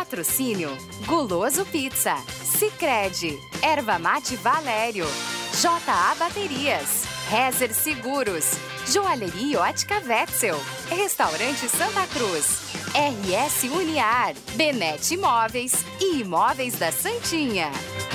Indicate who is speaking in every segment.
Speaker 1: Patrocínio Guloso Pizza, Sicredi, Erva Mate Valério, JA Baterias, Rezer Seguros, Joalheria Ótica Wetzel, Restaurante Santa Cruz, RS Uniar, Benete Imóveis e Imóveis da Santinha.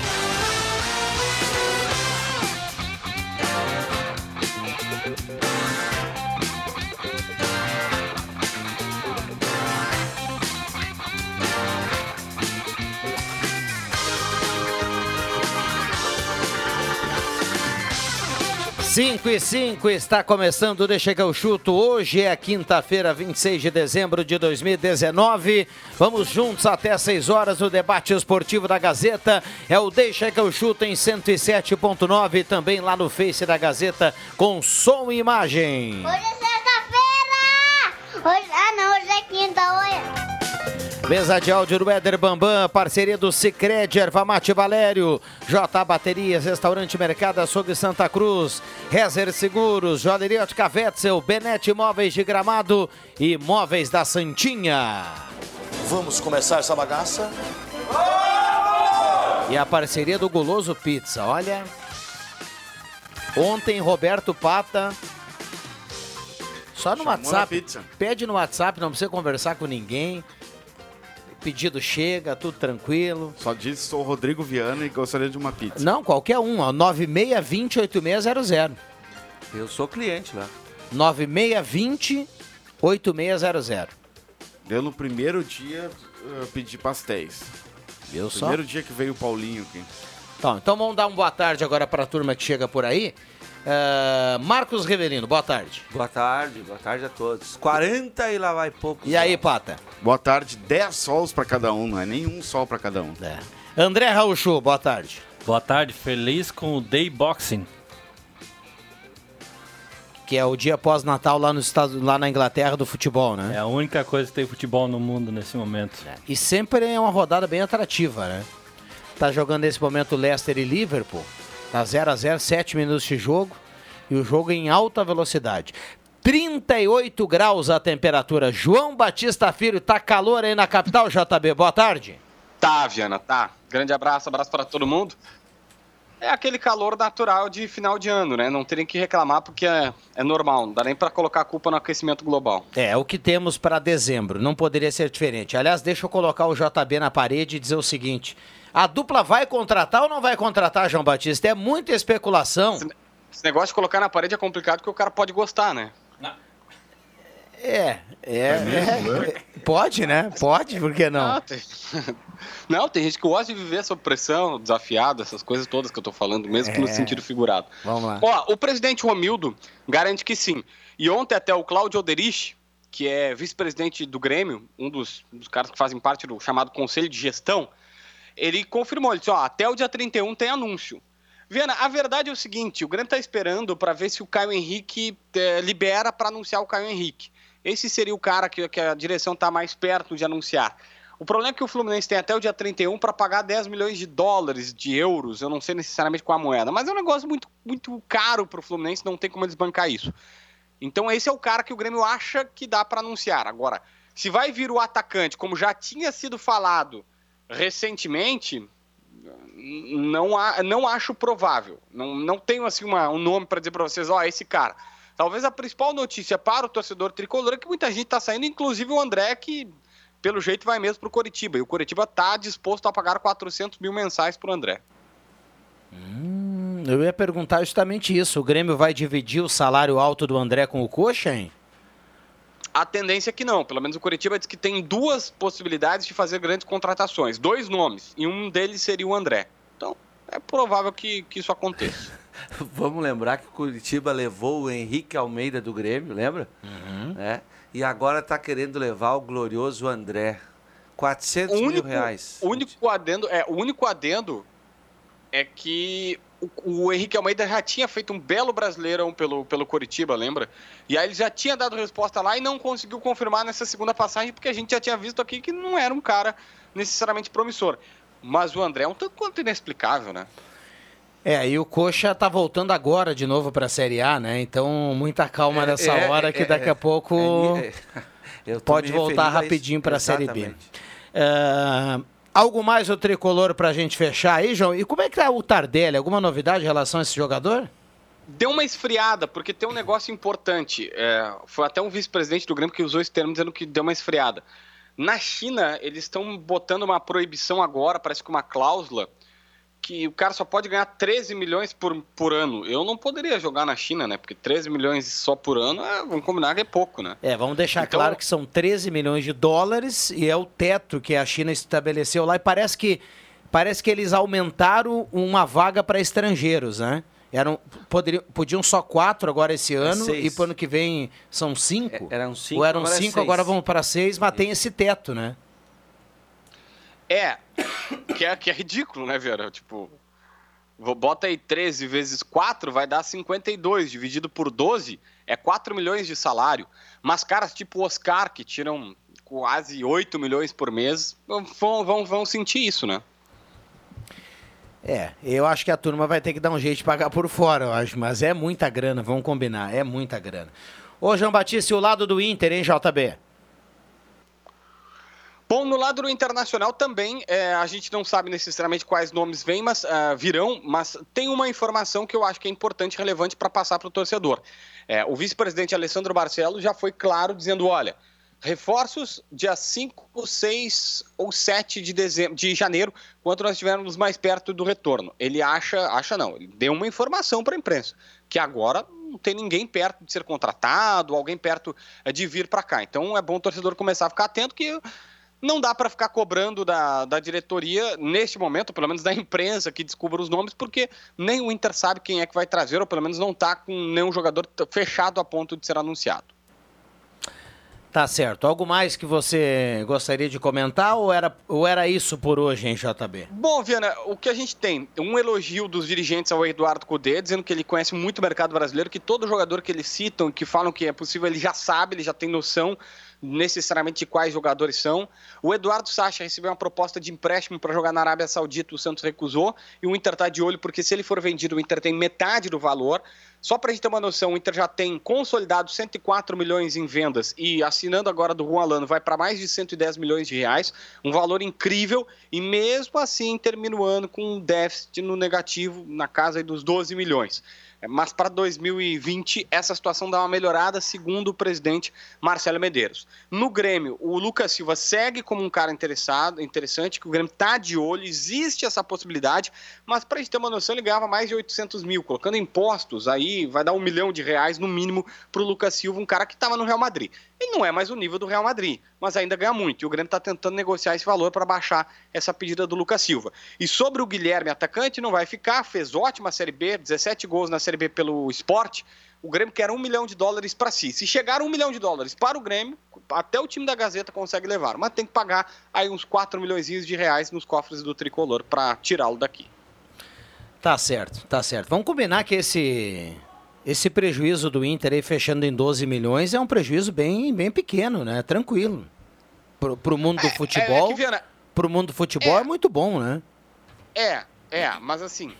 Speaker 2: Cinco e 5, está começando, deixa que eu chuto. Hoje é quinta-feira, 26 de dezembro de 2019. Vamos juntos até 6 horas. O debate esportivo da Gazeta é o Deixa que eu chuto em 107.9, também lá no Face da Gazeta com som e imagem.
Speaker 3: Hoje é sexta-feira! Hoje é quinta, hoje.
Speaker 2: Mesa de áudio do Éder Bambam, parceria do Sicredi, Erva Mate Valério, JA Baterias, Restaurante Mercado Açougue Santa Cruz, Rezer Seguros, Joalheria Ótica Wetzel, Benete Imóveis de Gramado e Imóveis da Santinha.
Speaker 4: Vamos começar essa bagaça?
Speaker 2: E a parceria do Guloso Pizza, olha. Ontem, Roberto Pata, só no WhatsApp, pede no WhatsApp, não precisa conversar com ninguém. Pedido chega, tudo tranquilo.
Speaker 5: Só disse, sou o Rodrigo Viana e gostaria de uma pizza.
Speaker 2: Não, qualquer um, ó, 9620-8600.
Speaker 6: Eu sou cliente lá.
Speaker 2: 9620-8600.
Speaker 5: Deu no primeiro dia, eu pedi pastéis.
Speaker 2: Eu só.
Speaker 5: Primeiro dia que veio o Paulinho aqui.
Speaker 2: Então vamos dar uma boa tarde agora para a turma que chega por aí. Marcos Revelino, boa tarde.
Speaker 6: Boa tarde a todos. 40 e lá vai pouco.
Speaker 2: E aí, Pata?
Speaker 5: Boa tarde, 10 sols para cada um, não é nenhum sol para cada um.
Speaker 2: É. André Raucho, boa tarde.
Speaker 7: Boa tarde, feliz com o Day Boxing.
Speaker 2: Que é o dia pós-natal lá nos Estados, lá na Inglaterra do futebol, né?
Speaker 7: É a única coisa que tem futebol no mundo nesse momento.
Speaker 2: E sempre é uma rodada bem atrativa, né? Tá jogando nesse momento Leicester e Liverpool. Tá 0-0, 7 minutos de jogo. E o jogo em alta velocidade. 38 graus a temperatura. João Batista Filho, tá calor aí na capital, JB? Boa tarde.
Speaker 8: Tá, Viana, tá. Grande abraço para todo mundo. É aquele calor natural de final de ano, né? Não terem que reclamar porque é normal. Não dá nem para colocar a culpa no aquecimento global.
Speaker 2: É o que temos para dezembro. Não poderia ser diferente. Aliás, deixa eu colocar o JB na parede e dizer o seguinte. A dupla vai contratar ou não vai contratar, João Batista? É muita especulação.
Speaker 8: Esse negócio de colocar na parede é complicado porque o cara pode gostar, né?
Speaker 2: Pode, né? Pode, por que não?
Speaker 8: Não, tem gente que gosta de viver sob pressão, desafiado, essas coisas todas que eu tô falando, mesmo que no sentido figurado.
Speaker 2: Vamos lá.
Speaker 8: Ó, o presidente Romildo garante que sim. E ontem até o Cláudio Alderich, que é vice-presidente do Grêmio, um dos caras que fazem parte do chamado Conselho de Gestão, ele confirmou, ele disse, ó, até o dia 31 tem anúncio. Viana, a verdade é o seguinte, o Grêmio tá esperando para ver se o Caio Henrique libera para anunciar o Caio Henrique. Esse seria o cara que a direção tá mais perto de anunciar. O problema é que o Fluminense tem até o dia 31 para pagar 10 milhões de dólares, de euros, eu não sei necessariamente qual a moeda, mas é um negócio muito, muito caro pro Fluminense, não tem como eles bancar isso. Então esse é o cara que o Grêmio acha que dá para anunciar. Agora, se vai vir o atacante, como já tinha sido falado recentemente, não acho provável. Não tenho assim um nome para dizer para vocês, ó, esse cara. Talvez a principal notícia para o torcedor tricolor é que muita gente está saindo, inclusive o André, que pelo jeito vai mesmo para o Coritiba. E o Coritiba está disposto a pagar 400 mil mensais para o André.
Speaker 2: Eu ia perguntar justamente isso. O Grêmio vai dividir o salário alto do André com o Coxa, hein?
Speaker 8: A tendência é que não. Pelo menos o Coritiba diz que tem duas possibilidades de fazer grandes contratações. 2 nomes. E um deles seria o André. Então, é provável que isso aconteça.
Speaker 6: Vamos lembrar que o Curitiba levou o Henrique Almeida do Grêmio, lembra?
Speaker 2: Uhum.
Speaker 6: E agora está querendo levar o glorioso André. 400 mil reais.
Speaker 8: O único adendo é que o Henrique Almeida já tinha feito um belo Brasileirão pelo Coritiba, lembra? E aí ele já tinha dado resposta lá e não conseguiu confirmar nessa segunda passagem, porque a gente já tinha visto aqui que não era um cara necessariamente promissor. Mas o André é um tanto quanto inexplicável, né?
Speaker 2: E o Coxa tá voltando agora de novo para a Série A, né? Então, muita calma nessa hora que daqui a pouco pode voltar rapidinho para a Série B. Algo mais o Tricolor pra gente fechar aí, João? E como é que tá o Tardelli? Alguma novidade em relação a esse jogador?
Speaker 8: Deu uma esfriada, porque tem um negócio importante. Foi até um vice-presidente do Grêmio que usou esse termo dizendo que deu uma esfriada. Na China, eles estão botando uma proibição agora, parece que uma cláusula, que o cara só pode ganhar 13 milhões por ano. Eu não poderia jogar na China, né? Porque 13 milhões só por ano, vamos combinar que é pouco, né?
Speaker 2: Vamos deixar claro que são 13 milhões de dólares e é o teto que a China estabeleceu lá. E parece que eles aumentaram uma vaga para estrangeiros, né? Podiam só 4 agora esse ano e pro ano que vem são 5.
Speaker 6: Eram 5,
Speaker 2: ou eram 5, agora vão para 6, mas tem esse teto, né?
Speaker 8: Que é ridículo, né, Vera? Tipo, bota aí 13 vezes 4, vai dar 52, dividido por 12, é 4 milhões de salário. Mas caras tipo o Oscar, que tiram quase 8 milhões por mês, vão sentir isso, né?
Speaker 2: Eu acho que a turma vai ter que dar um jeito de pagar por fora, eu acho, mas é muita grana, vamos combinar, é muita grana. Ô, João Batista, e o lado do Inter, hein, JB?
Speaker 8: Bom, no lado do Internacional também, a gente não sabe necessariamente quais nomes vêm, mas virão, mas tem uma informação que eu acho que é importante e relevante para passar para o torcedor. O vice-presidente Alessandro Barcelos já foi claro dizendo, olha, reforços dia 5, 6 ou 7 de janeiro, quando nós estivermos mais perto do retorno. Ele ele deu uma informação para a imprensa, que agora não tem ninguém perto de ser contratado, alguém perto de vir para cá. Então é bom o torcedor começar a ficar atento que não dá para ficar cobrando da diretoria, neste momento, pelo menos da imprensa, que descubra os nomes, porque nem o Inter sabe quem é que vai trazer, ou pelo menos não está com nenhum jogador fechado a ponto de ser anunciado.
Speaker 2: Tá certo. Algo mais que você gostaria de comentar ou era isso por hoje, hein, JB?
Speaker 8: Bom, Viana, o que a gente tem? Um elogio dos dirigentes ao Eduardo Cudê, dizendo que ele conhece muito o mercado brasileiro, que todo jogador que eles citam, que falam que é possível, ele já sabe, ele já tem noção necessariamente de quais jogadores são. O Eduardo Sacha recebeu uma proposta de empréstimo para jogar na Arábia Saudita, o Santos recusou, e o Inter está de olho, porque se ele for vendido, o Inter tem metade do valor. Só para a gente ter uma noção, o Inter já tem consolidado 104 milhões em vendas e assinando agora do Juan Alano vai para mais de 110 milhões de reais, um valor incrível, e mesmo assim termina o ano com um déficit no negativo na casa dos 12 milhões. Mas para 2020 essa situação dá uma melhorada, segundo o presidente Marcelo Medeiros. No Grêmio, o Lucas Silva segue como um cara interessante, que o Grêmio está de olho, existe essa possibilidade, mas para a gente ter uma noção, ele ganhava mais de 800 mil, colocando impostos, aí vai dar R$1 milhão no mínimo para o Lucas Silva, um cara que estava no Real Madrid. Ele não é mais o nível do Real Madrid, mas ainda ganha muito, e o Grêmio está tentando negociar esse valor para baixar essa pedida do Lucas Silva. E sobre o Guilherme, atacante, não vai ficar, fez ótima Série B, 17 gols na Série B pelo Sport. O Grêmio quer $1 milhão para si. Se chegar $1 milhão para o Grêmio, até o time da Gazeta consegue levar, mas tem que pagar aí uns 4 milhões de reais nos cofres do Tricolor para tirá-lo daqui.
Speaker 2: Tá certo. Vamos combinar que esse prejuízo do Inter aí fechando em 12 milhões é um prejuízo bem pequeno, né? Tranquilo. Pro mundo do futebol, pro mundo do futebol é muito bom, né?
Speaker 8: Mas assim,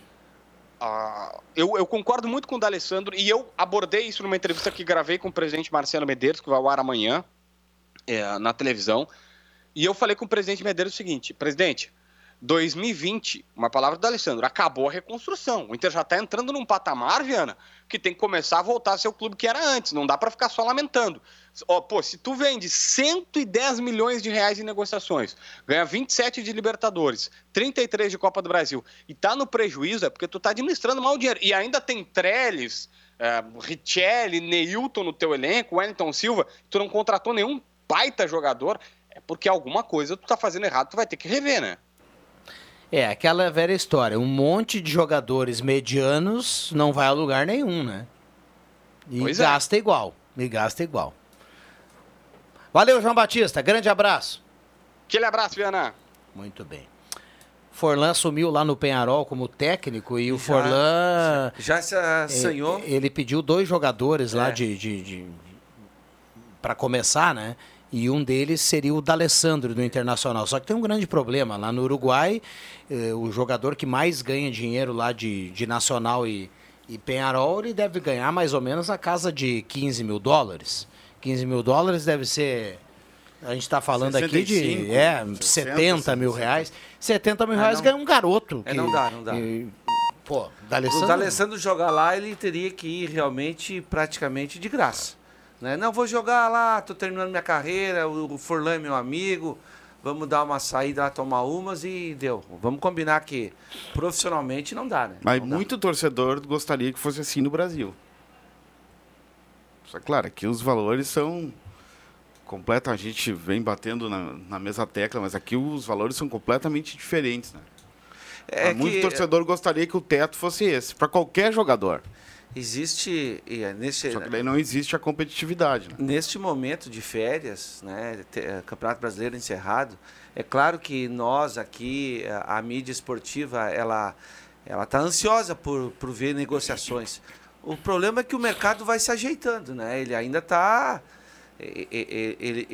Speaker 8: eu concordo muito com o D'Alessandro, e eu abordei isso numa entrevista que gravei com o presidente Marcelo Medeiros, que vai ao ar amanhã na televisão, e eu falei com o presidente Medeiros o seguinte: presidente, 2020, uma palavra do D'Alessandro, acabou a reconstrução. O Inter já está entrando num patamar, Viana, que tem que começar a voltar a ser o clube que era antes. Não dá para ficar só lamentando. Se tu vende 110 milhões de reais em negociações, ganha 27 de Libertadores, 33 de Copa do Brasil, e tá no prejuízo, é porque tu tá administrando mal o dinheiro. E ainda tem Trellis, Richelli, Neilton no teu elenco, Wellington Silva, tu não contratou nenhum baita jogador, é porque alguma coisa tu tá fazendo errado, tu vai ter que rever, né?
Speaker 2: Aquela velha história, um monte de jogadores medianos não vai a lugar nenhum, né? E gasta igual. Valeu, João Batista, grande abraço.
Speaker 8: Aquele abraço, Viana.
Speaker 2: Muito bem. Forlan sumiu lá no Penharol como técnico e o Forlan...
Speaker 6: Já se assanhou?
Speaker 2: Ele pediu 2 jogadores lá para começar, né? E um deles seria o D'Alessandro, do Internacional. Só que tem um grande problema. Lá no Uruguai, o jogador que mais ganha dinheiro lá de Nacional e Penharol, ele deve ganhar mais ou menos a casa de $15 mil. $15 mil deve ser A gente está falando
Speaker 5: 65,
Speaker 2: aqui de 70 mil reais. 70 mil reais ganha um garoto.
Speaker 6: Não dá.
Speaker 2: Pô,
Speaker 6: O D'Alessandro jogar lá, ele teria que ir realmente praticamente de graça. Né? Não, vou jogar lá, tô terminando minha carreira, o Forlan é meu amigo, vamos dar uma saída lá, tomar umas e deu. Vamos combinar que profissionalmente não dá, né?
Speaker 5: Mas
Speaker 6: não
Speaker 5: muito torcedor gostaria que fosse assim no Brasil. Só claro, aqui os valores são completos, a gente vem batendo na mesma tecla, mas aqui os valores são completamente diferentes, né? Muito torcedor gostaria que o teto fosse esse, para qualquer jogador.
Speaker 6: Existe...
Speaker 5: Só que daí não existe a competitividade. Né?
Speaker 6: Neste momento de férias, né, Campeonato Brasileiro encerrado, é claro que nós aqui, a mídia esportiva, ela está ansiosa por ver negociações. O problema é que o mercado vai se ajeitando, né? Ele ainda está... Ele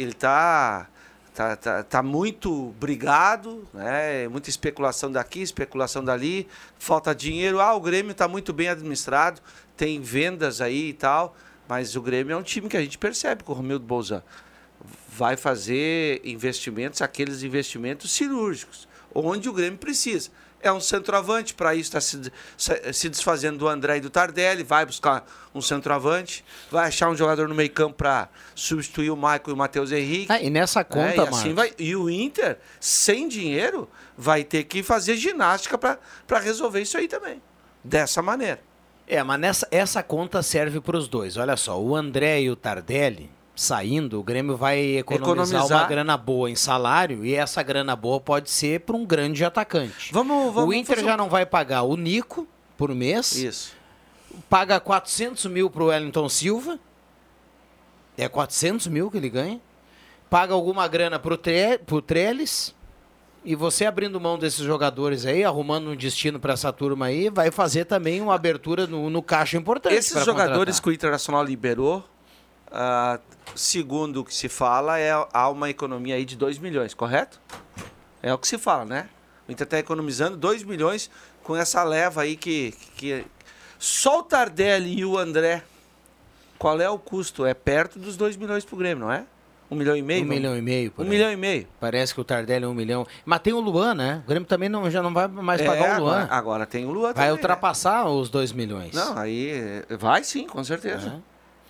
Speaker 6: está muito brigado, né? Muita especulação daqui, especulação dali, falta dinheiro. O Grêmio está muito bem administrado, tem vendas aí e tal, mas o Grêmio é um time que a gente percebe com o Romildo Bolzan. Vai fazer investimentos, aqueles investimentos cirúrgicos, onde o Grêmio precisa. É um centroavante, para isso está se desfazendo do André e do Tardelli, vai buscar um centroavante, vai achar um jogador no meio campo para substituir o Maicon e o Matheus Henrique.
Speaker 2: E nessa conta,
Speaker 6: e o Inter, sem dinheiro, vai ter que fazer ginástica para resolver isso aí também, dessa maneira.
Speaker 2: Mas essa conta serve para os dois. Olha só, o André e o Tardelli saindo, o Grêmio vai economizar uma grana boa em salário e essa grana boa pode ser para um grande atacante. O Inter já não vai pagar o Nico por mês.
Speaker 6: Isso.
Speaker 2: Paga 400 mil para o Wellington Silva. É 400 mil que ele ganha. Paga alguma grana para o Trellis. E você abrindo mão desses jogadores aí, arrumando um destino para essa turma aí, vai fazer também uma abertura no caixa importante.
Speaker 6: Esses jogadores que o Internacional liberou, segundo o que se fala, há uma economia aí de 2 milhões, correto? É o que se fala, né? O Inter está economizando 2 milhões com essa leva aí que... Só o Tardelli e o André, qual é o custo? É perto dos 2 milhões pro Grêmio, não é? 1,5 milhão?
Speaker 2: 1,5 milhão.
Speaker 6: Por 1,5 milhão.
Speaker 2: Parece que o Tardelli é 1 milhão. Mas tem o Luan, né? O Grêmio também já não vai mais pagar o Luan.
Speaker 6: Agora tem o Luan
Speaker 2: vai
Speaker 6: também,
Speaker 2: ultrapassar os 2 milhões.
Speaker 6: Não, aí vai sim, com certeza.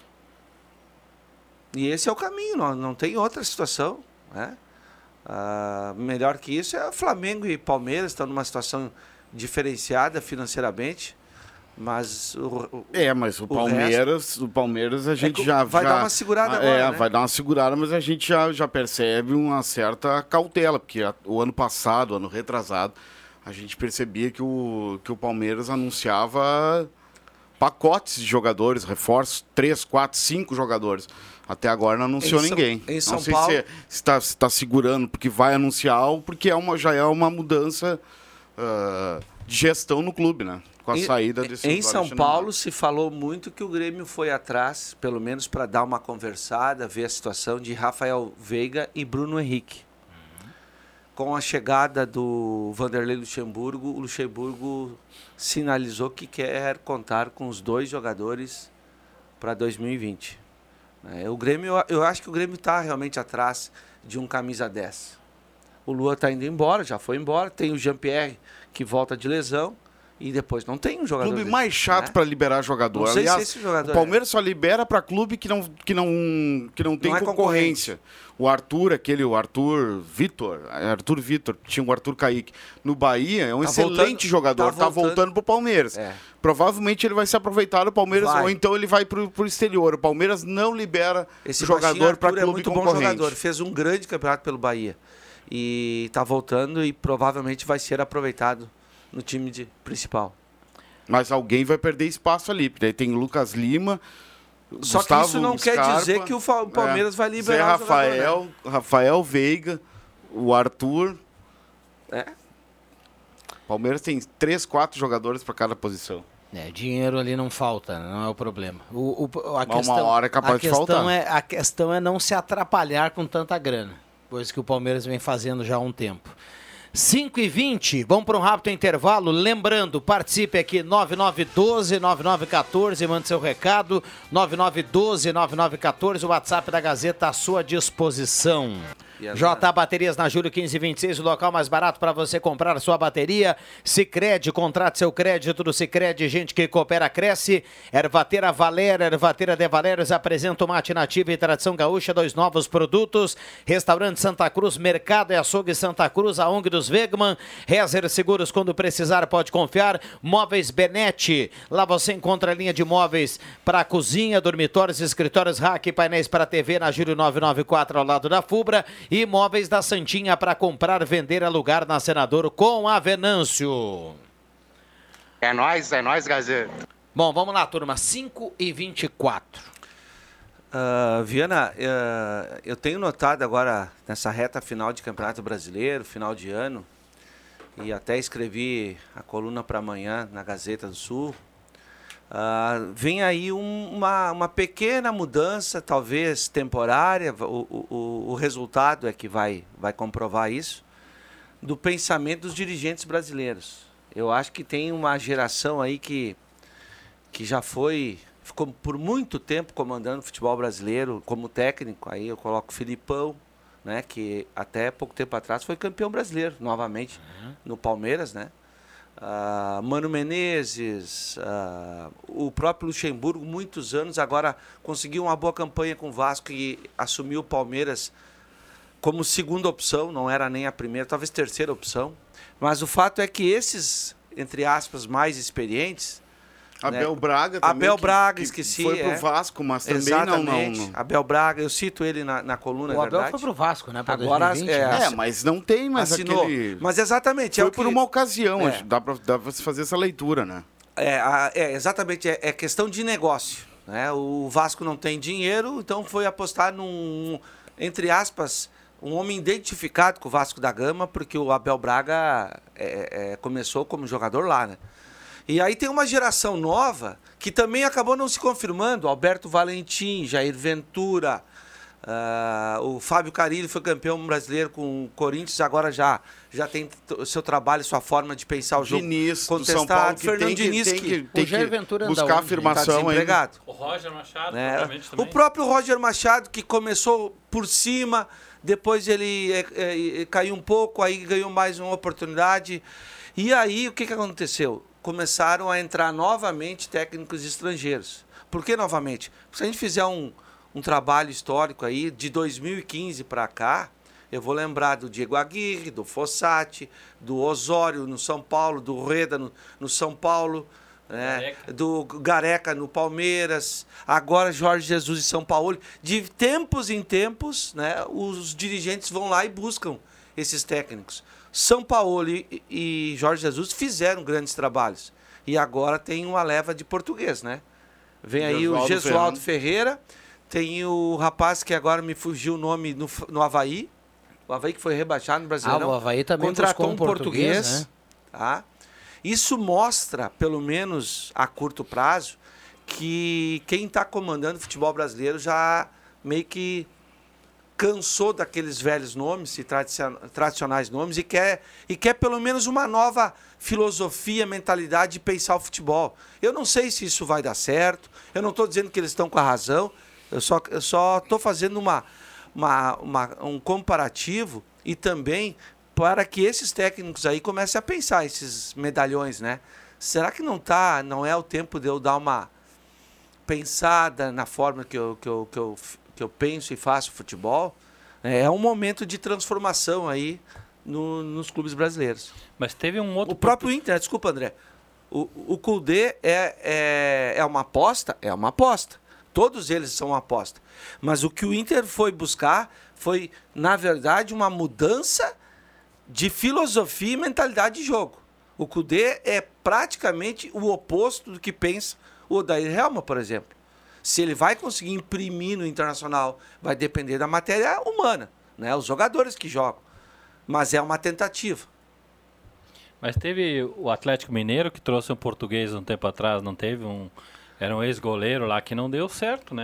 Speaker 6: E esse é o caminho, não tem outra situação, né? Melhor que isso é Flamengo e Palmeiras, estão numa situação diferenciada financeiramente, mas
Speaker 5: o Palmeiras a gente
Speaker 6: vai dar uma segurada agora, né?
Speaker 5: Vai dar uma segurada, mas a gente já percebe uma certa cautela, porque o ano passado, ano retrasado, a gente percebia que o Palmeiras anunciava pacotes de jogadores, reforços, 3, 4, 5 jogadores. Até agora não anunciou ninguém.
Speaker 6: Em São
Speaker 5: não sei
Speaker 6: Paulo...
Speaker 5: se está segurando porque vai anunciar ou porque já é uma mudança de gestão no clube, né? Com a saída desse...
Speaker 6: Em São Paulo se falou muito que o Grêmio foi atrás, pelo menos para dar uma conversada, ver a situação de Rafael Veiga e Bruno Henrique. Com a chegada do Vanderlei Luxemburgo, o Luxemburgo sinalizou que quer contar com os 2 jogadores para 2020. O Grêmio, eu acho que o Grêmio está realmente atrás de um camisa 10. O Lua está indo embora, já foi embora. Tem o Jean-Pierre que volta de lesão. E depois não tem um jogador.
Speaker 5: Clube mais chato para liberar jogador.
Speaker 6: Não sei
Speaker 5: Aliás,
Speaker 6: se esse jogador
Speaker 5: o Palmeiras só libera para clube que não tem concorrência. O Arthur Vitor, tinha o Arthur Kaique. No Bahia é um excelente jogador, tá voltando pro Palmeiras. Provavelmente ele vai se aproveitar do Palmeiras ou então ele vai pro exterior. O Palmeiras não libera
Speaker 6: esse
Speaker 5: jogador para clube
Speaker 6: é muito
Speaker 5: concorrente.
Speaker 6: Bom jogador, fez um grande campeonato pelo Bahia. E tá voltando e provavelmente vai ser aproveitado no time principal.
Speaker 5: Mas alguém vai perder espaço ali, porque daí tem Lucas Lima,
Speaker 6: só
Speaker 5: Gustavo,
Speaker 6: que isso não quer dizer que o Palmeiras vai liberar
Speaker 5: o jogador, né? Rafael Veiga, o Arthur. Palmeiras tem 3, 4 jogadores para cada posição.
Speaker 2: Dinheiro ali não falta, não é o problema.
Speaker 5: Uma hora é capaz de faltar.
Speaker 2: A questão é não se atrapalhar com tanta grana, coisa que o Palmeiras vem fazendo já há um tempo. 5h20, vamos para um rápido intervalo. Lembrando, participe aqui 9912-9914, mande seu recado. 9912-9914, o WhatsApp da Gazeta à sua disposição. JA Baterias na Júlio 1526, o local mais barato para você comprar sua bateria. Sicredi, contrate seu crédito do Sicredi, gente que coopera cresce. Ervateira Valéria, Ervateira de Valérios apresenta o mate nativa e tradição gaúcha, 2 novos produtos. Restaurante Santa Cruz, Mercado e Açougue Santa Cruz, a ONG dos Wegman. Rezer Seguros, quando precisar pode confiar. Móveis Benete, lá você encontra a linha de móveis para cozinha, dormitórios, escritórios, rack e painéis para TV na Júlio 994 ao lado da Fubra. E Móveis da Santinha para comprar, vender, alugar na Senador com a Venâncio.
Speaker 9: É nóis, Gazeta.
Speaker 2: Bom, vamos lá, turma, 5h24.
Speaker 6: Viana, eu tenho notado agora, nessa reta final de Campeonato Brasileiro, final de ano, e até escrevi a coluna para amanhã na Gazeta do Sul, vem aí uma pequena mudança, talvez temporária, o resultado é que vai comprovar isso, do pensamento dos dirigentes brasileiros. Eu acho que tem uma geração aí que já ficou por muito tempo comandando o futebol brasileiro como técnico. Aí eu coloco o Filipão, né, que até pouco tempo atrás foi campeão brasileiro novamente no Palmeiras, né? Mano Menezes, o próprio Luxemburgo, muitos anos, agora conseguiu uma boa campanha com o Vasco e assumiu o Palmeiras como segunda opção, não era nem a primeira, talvez terceira opção. Mas o fato é que esses, entre aspas, mais experientes...
Speaker 5: Abel Braga também.
Speaker 6: Abel Braga, esqueci.
Speaker 5: Foi pro Vasco, mas também não.
Speaker 6: Abel Braga, eu cito ele na coluna,
Speaker 2: o Abel foi pro Vasco, né?
Speaker 6: Agora,
Speaker 2: 2020,
Speaker 5: mas não tem mais
Speaker 6: assinou.
Speaker 5: Mas
Speaker 6: exatamente.
Speaker 5: Foi por uma ocasião, dá pra se fazer essa leitura, né?
Speaker 6: Exatamente, é questão de negócio. Né? O Vasco não tem dinheiro, então foi apostar num, entre aspas, um homem identificado com o Vasco da Gama, porque o Abel Braga começou como jogador lá, né? E aí tem uma geração nova que também acabou não se confirmando. Alberto Valentim, Jair Ventura, o Fábio Carille foi campeão brasileiro com o Corinthians, agora já tem o seu trabalho, sua forma de pensar o jogo
Speaker 5: Diniz,
Speaker 6: contestado.
Speaker 5: Do São Paulo, que
Speaker 6: Fernando Diniz,
Speaker 5: tem
Speaker 2: Jair Ventura
Speaker 5: buscar afirmação
Speaker 6: tá desempregado.
Speaker 7: O Roger Machado,
Speaker 6: também.
Speaker 7: O
Speaker 6: próprio Roger Machado, que começou por cima, depois ele caiu um pouco, aí ganhou mais uma oportunidade. E aí, o que aconteceu? Começaram a entrar novamente técnicos estrangeiros. Por que novamente? Se a gente fizer um trabalho histórico aí, de 2015 para cá, eu vou lembrar do Diego Aguirre, do Fossati, do Osório no São Paulo, do Reda no São Paulo, né? Do Gareca no Palmeiras, agora Jorge Jesus e São Paulo. De tempos em tempos, né, os dirigentes vão lá e buscam esses técnicos. São Paulo e Jorge Jesus fizeram grandes trabalhos. E agora tem uma leva de português, né? Vem aí o Gesualdo Ferreira, tem o rapaz que agora me fugiu o nome no Avaí. O Avaí que foi rebaixado no Brasileirão.
Speaker 2: O Avaí também
Speaker 6: contratou um
Speaker 2: português, né?
Speaker 6: Tá? Isso mostra, pelo menos a curto prazo, que quem está comandando o futebol brasileiro já meio que cansou daqueles velhos nomes e tradicionais nomes e quer pelo menos uma nova filosofia, mentalidade de pensar o futebol. Eu não sei se isso vai dar certo, eu não estou dizendo que eles estão com a razão, eu só estou fazendo um comparativo e também para que esses técnicos aí comecem a pensar, esses medalhões, né? Será que não é o tempo de eu dar uma pensada na forma que eu penso e faço futebol? É um momento de transformação aí nos clubes brasileiros.
Speaker 7: Mas teve um outro...
Speaker 6: O próprio Inter, desculpa, André, o Kudê é uma aposta? É uma aposta. Todos eles são uma aposta. Mas o que o Inter foi buscar foi, na verdade, uma mudança de filosofia e mentalidade de jogo. O Kudê é praticamente o oposto do que pensa o Odair Helma, por exemplo. Se ele vai conseguir imprimir no Internacional, vai depender da matéria humana, né? Os jogadores que jogam. Mas é uma tentativa.
Speaker 7: Mas teve o Atlético Mineiro que trouxe um português um tempo atrás, não teve? Era um ex-goleiro lá que não deu certo, né?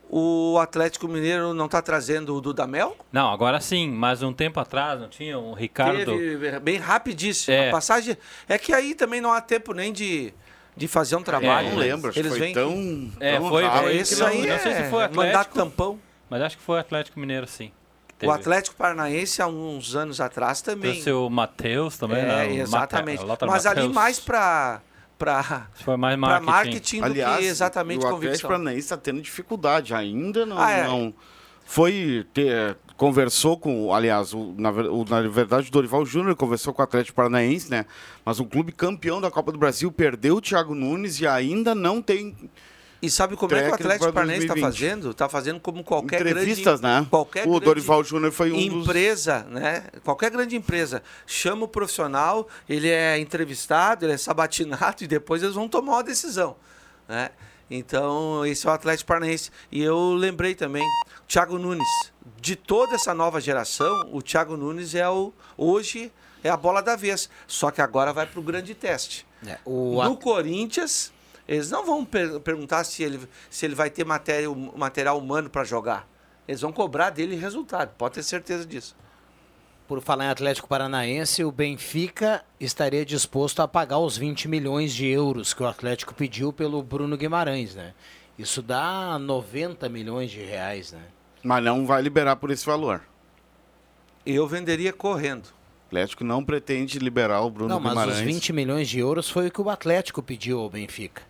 Speaker 6: O Atlético Mineiro não está trazendo o Dudamel?
Speaker 7: Não, agora sim, mas um tempo atrás não tinha um Ricardo...
Speaker 6: Teve, bem rapidíssimo.
Speaker 7: É.
Speaker 6: A passagem... É que aí também não há tempo nem de fazer um trabalho.
Speaker 5: Não lembro, acho que foi tão
Speaker 7: foi
Speaker 5: rápido.
Speaker 6: Isso aí
Speaker 7: não sei se foi Atlético,
Speaker 6: mandar tampão.
Speaker 7: mas acho que foi o Atlético Mineiro, sim.
Speaker 6: O Atlético Paranaense, há uns anos atrás, também.
Speaker 7: Trouxe o Matheus também, né?
Speaker 6: Exatamente. Mas ali mais para
Speaker 7: foi mais
Speaker 6: marketing do
Speaker 5: Aliás,
Speaker 6: que exatamente
Speaker 5: o
Speaker 6: convicção.
Speaker 5: Atlético Paranaense está tendo dificuldade. Ainda não foi conversou com, aliás, na verdade o Dorival Júnior conversou com o Atlético Paranaense, né? Mas o clube campeão da Copa do Brasil perdeu o Thiago Nunes e ainda não tem.
Speaker 6: E sabe como é que o Atlético Paranaense está fazendo? Está fazendo como qualquer
Speaker 5: entrevistas,
Speaker 6: grande,
Speaker 5: né?
Speaker 6: Qualquer
Speaker 5: o
Speaker 6: grande
Speaker 5: Dorival Júnior foi
Speaker 6: empresa, né? Qualquer grande empresa chama o profissional, ele é entrevistado, ele é sabatinado e depois eles vão tomar uma decisão, né? Então, esse é o Atlético Paranaense. E eu lembrei também, Thiago Nunes, de toda essa nova geração, o Thiago Nunes hoje é a bola da vez. Só que agora vai para o grande teste. No Corinthians, eles não vão perguntar se ele vai ter material humano para jogar. Eles vão cobrar dele resultado, pode ter certeza disso.
Speaker 2: Por falar em Atlético Paranaense, o Benfica estaria disposto a pagar os 20 milhões de euros que o Atlético pediu pelo Bruno Guimarães, né? Isso dá 90 milhões de reais, né?
Speaker 5: Mas não vai liberar por esse valor.
Speaker 6: Eu venderia correndo.
Speaker 5: O Atlético não pretende liberar o Bruno Guimarães.
Speaker 2: Não, mas os 20 milhões de euros foi o que o Atlético pediu ao Benfica.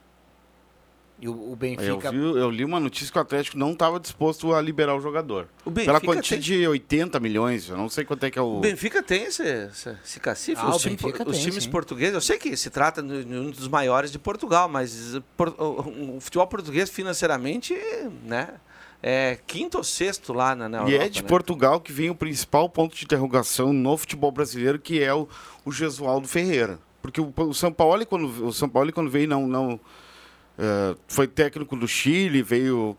Speaker 2: E o Benfica...
Speaker 5: Eu li uma notícia que o Atlético não estava disposto a liberar o jogador.
Speaker 6: O Benfica
Speaker 5: pela quantia de 80 milhões, eu não sei quanto é que é o...
Speaker 6: O Benfica tem esse cacife. Os times portugueses, eu sei que se trata de um dos maiores de Portugal, mas o futebol português financeiramente, né, é quinto ou sexto lá na Europa.
Speaker 5: E é de Portugal que vem o principal ponto de interrogação no futebol brasileiro, que é o Gesualdo Ferreira. Porque o São Paulo, quando veio, não foi técnico do Chile, veio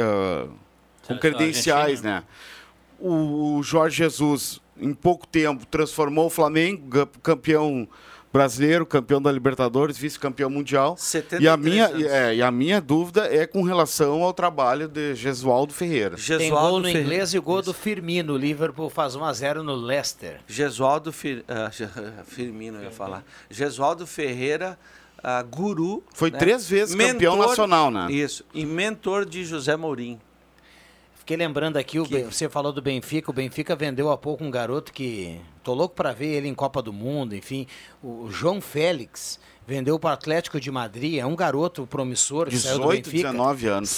Speaker 5: com credenciais, né? O Jorge Jesus, em pouco tempo, transformou o Flamengo, campeão brasileiro, campeão da Libertadores, vice-campeão mundial. E a minha dúvida é com relação ao trabalho de Gesualdo Ferreira.
Speaker 2: Tem gol no inglês e o gol do Firmino. O Liverpool faz 1-0 no Leicester.
Speaker 6: Firmino, eu ia falar. Gesualdo Ferreira... guru.
Speaker 5: Foi 3 vezes campeão nacional, né?
Speaker 6: Isso. E mentor de José Mourinho.
Speaker 2: Fiquei lembrando aqui, você falou do Benfica. O Benfica vendeu há pouco um garoto que... Tô louco para ver ele em Copa do Mundo, enfim. O João Félix vendeu para o Atlético de Madrid. É um garoto promissor que saiu do Benfica.
Speaker 5: 19 anos.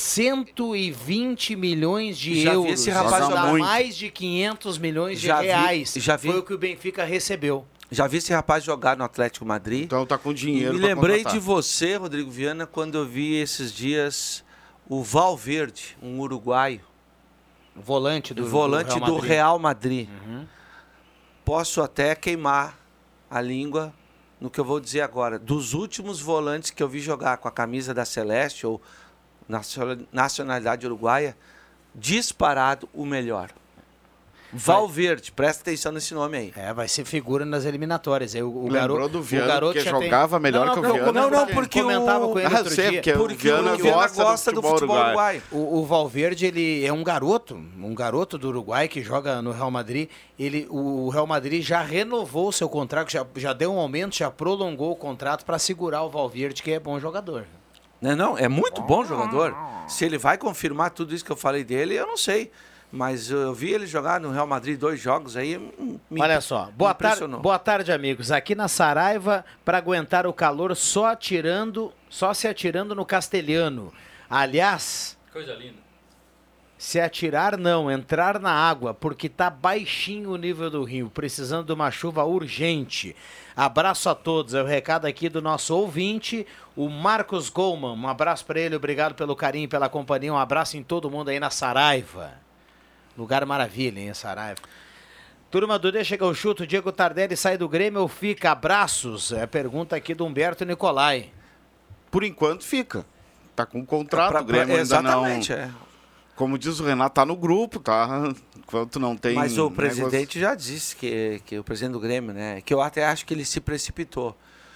Speaker 2: 120 milhões de euros.
Speaker 6: Esse rapaz
Speaker 2: dá mais de 500 milhões de reais. Foi o que o Benfica recebeu.
Speaker 6: Já vi esse rapaz jogar no Atlético Madrid.
Speaker 5: Então tá com dinheiro.
Speaker 6: Me lembrei de você, Rodrigo Viana, quando eu vi esses dias o Valverde, um uruguaio.
Speaker 2: Volante do
Speaker 6: Real Madrid. Uhum. Posso até queimar a língua no que eu vou dizer agora. Dos últimos volantes que eu vi jogar com a camisa da Celeste ou nacionalidade uruguaia, disparado o melhor. Valverde, presta atenção nesse nome aí.
Speaker 2: Vai ser figura nas eliminatórias.
Speaker 5: Lembrou do Viana, que jogava melhor que o Viana?
Speaker 6: Não, porque
Speaker 2: comentava com ele outro dia.
Speaker 6: Porque o Viana gosta do futebol uruguaio.
Speaker 2: O Valverde, ele é um garoto do Uruguai que joga no Real Madrid. O Real Madrid já renovou o seu contrato, já deu um aumento, já prolongou o contrato para segurar o Valverde, que é bom jogador.
Speaker 6: Não, é muito bom jogador. Se ele vai confirmar tudo isso que eu falei dele, eu não sei. Mas eu vi ele jogar no Real Madrid 2 jogos aí.
Speaker 2: Olha só, boa tarde, amigos. Aqui na Saraiva, para aguentar o calor, só se atirando no Castelhano. Aliás,
Speaker 7: coisa linda.
Speaker 2: Se atirar não, entrar na água, porque tá baixinho o nível do rio, precisando de uma chuva urgente. Abraço a todos, é o recado aqui do nosso ouvinte, o Marcos Goldman. Um abraço para ele, obrigado pelo carinho e pela companhia, um abraço em todo mundo aí na Saraiva. Lugar maravilha, hein, Saraiva. Turma do Deixa que eu chuto, Diego Tardelli sai do Grêmio ou fica? Abraços. É a pergunta aqui do Humberto Nicolai.
Speaker 5: Por enquanto fica. Tá com contrato, o Grêmio ainda
Speaker 6: exatamente,
Speaker 5: não... Como diz o Renato, tá no grupo, tá? Enquanto não tem...
Speaker 6: Mas o presidente já disse que o presidente do Grêmio, né? Que eu até acho que ele se precipitou.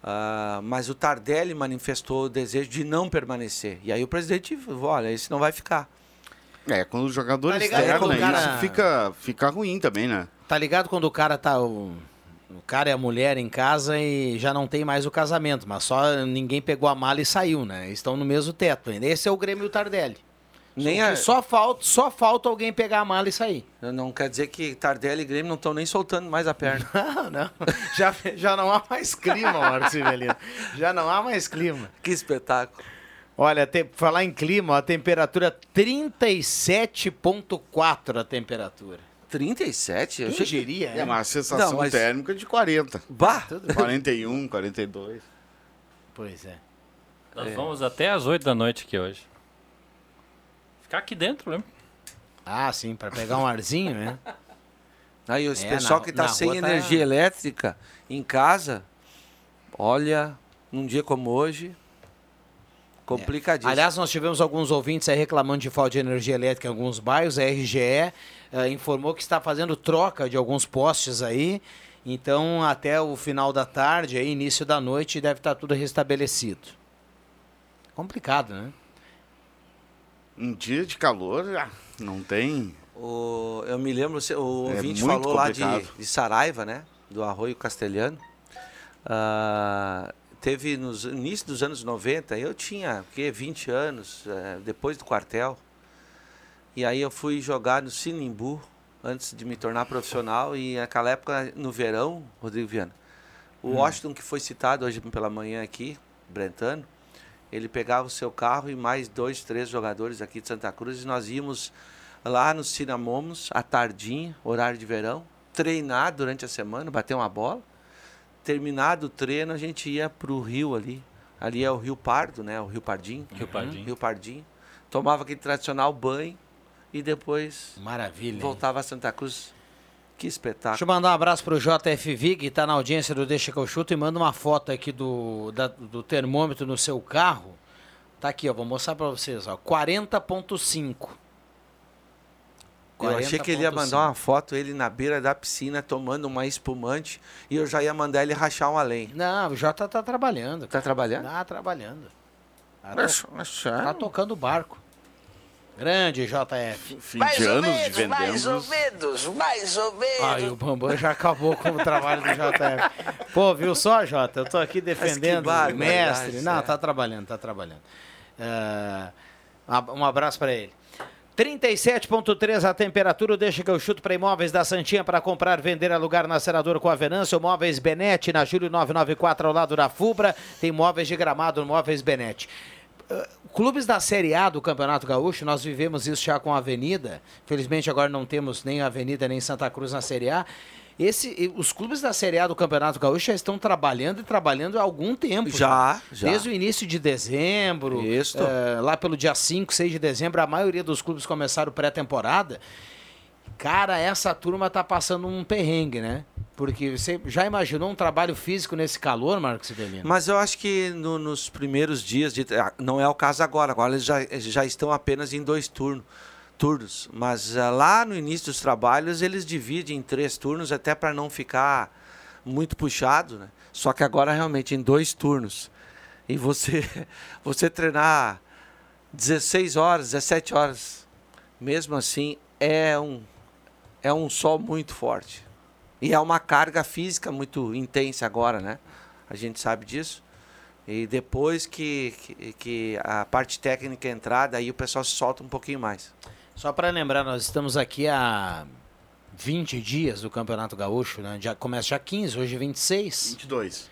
Speaker 6: Mas o Tardelli manifestou o desejo de não permanecer. E aí o presidente, olha, esse não vai ficar.
Speaker 5: Quando o jogador
Speaker 2: externo,
Speaker 5: isso fica ruim também, né?
Speaker 2: Tá ligado quando o cara tá... O cara e a mulher em casa e já não tem mais o casamento, mas só ninguém pegou a mala e saiu, né? Estão no mesmo teto. Esse é o Grêmio e o Tardelli. Só falta alguém pegar a mala e sair.
Speaker 6: Não quer dizer que Tardelli e Grêmio não estão nem soltando mais a perna.
Speaker 2: Não. Já não há mais clima, Marcos Civelino. Já não há mais clima.
Speaker 6: Que espetáculo.
Speaker 2: Olha, falar em clima, a temperatura 37,4 a temperatura.
Speaker 6: 37?
Speaker 2: Eu diria,
Speaker 5: é uma sensação térmica de 40.
Speaker 6: Bah!
Speaker 5: 41, 42.
Speaker 2: Pois é.
Speaker 7: Nós vamos até às 8 da noite aqui hoje. Ficar aqui dentro, né?
Speaker 2: Ah, sim, para pegar um arzinho, né?
Speaker 6: Aí esse pessoal que tá sem energia elétrica em casa, olha, num dia como hoje, complicadíssimo.
Speaker 2: Aliás, nós tivemos alguns ouvintes aí reclamando de falta de energia elétrica em alguns bairros. A RGE informou que está fazendo troca de alguns postes aí. Então, até o final da tarde, aí, início da noite, deve estar tudo restabelecido. Complicado, né?
Speaker 5: Um dia de calor, não tem...
Speaker 6: Eu me lembro, o ouvinte falou complicado. Lá de Saraiva, né? Do Arroio Castelhano. Teve no início dos anos 90, eu tinha 20 anos, depois do quartel. E aí eu fui jogar no Sinimbu, antes de me tornar profissional. E naquela época, no verão, Rodrigo Viana, o Washington, que foi citado hoje pela manhã aqui, Brentano, ele pegava o seu carro e mais 2, 3 jogadores aqui de Santa Cruz. E nós íamos lá nos Cinamomos, à tardinha, horário de verão, treinar durante a semana, bater uma bola. Terminado o treino, a gente ia para o rio ali. Ali é o Rio Pardo, né? O Rio Pardinho. Rio Pardinho. Tomava aquele tradicional banho e depois voltava a Santa Cruz. Que espetáculo.
Speaker 2: Deixa eu mandar um abraço pro JF Vig, que está na audiência do Deixa que eu chuto, e manda uma foto aqui do termômetro no seu carro. Tá aqui, ó, vou mostrar para vocês, ó, 40,5.
Speaker 6: Eu achei que ele ia mandar uma foto, ele na beira da piscina, tomando uma espumante, e eu já ia mandar ele rachar uma lenha.
Speaker 2: Não, o Jota tá trabalhando.
Speaker 6: Tá trabalhando?
Speaker 2: Tá trabalhando. Tá tocando o barco. Grande JF.
Speaker 5: Fim de anos de vendas.
Speaker 10: Mais ou menos.
Speaker 2: Ai, o Bambam já acabou com o trabalho do JF. Pô, viu só, Jota? Eu tô aqui defendendo o mestre. Não, tá trabalhando. Um abraço para ele. 37,3 a temperatura, deixa que eu chuto para Imóveis da Santinha para comprar, vender, alugar na Senador com a Venâncio. Móveis Benete, na Júlio 994, ao lado da Fubra. Tem móveis de Gramado, Móveis Benete. Clubes da Série A do Campeonato Gaúcho, nós vivemos isso já com a Avenida. Felizmente agora não temos nem a Avenida nem Santa Cruz na Série A. Os clubes da Série A do Campeonato Gaúcho já estão trabalhando há algum tempo.
Speaker 6: Já.
Speaker 2: Desde o início de dezembro, lá pelo dia 5, 6 de dezembro, a maioria dos clubes começaram pré-temporada. Cara, essa turma tá passando um perrengue, né? Porque você já imaginou um trabalho físico nesse calor, Marcos Civelino?
Speaker 6: Mas eu acho que nos primeiros dias, não é o caso agora eles já estão apenas em 2 turnos. Mas lá no início dos trabalhos, eles dividem em 3 turnos, até para não ficar muito puxado, né? Só que agora realmente em 2 turnos. E você treinar 16 horas, 17 horas, mesmo assim, é um sol muito forte. E é uma carga física muito intensa agora, né? A gente sabe disso. E depois que a parte técnica entrar, daí o pessoal se solta um pouquinho mais.
Speaker 2: Só para lembrar, nós estamos aqui há 20 dias do Campeonato Gaúcho, né? Já começa dia 15, hoje 26.
Speaker 5: 22.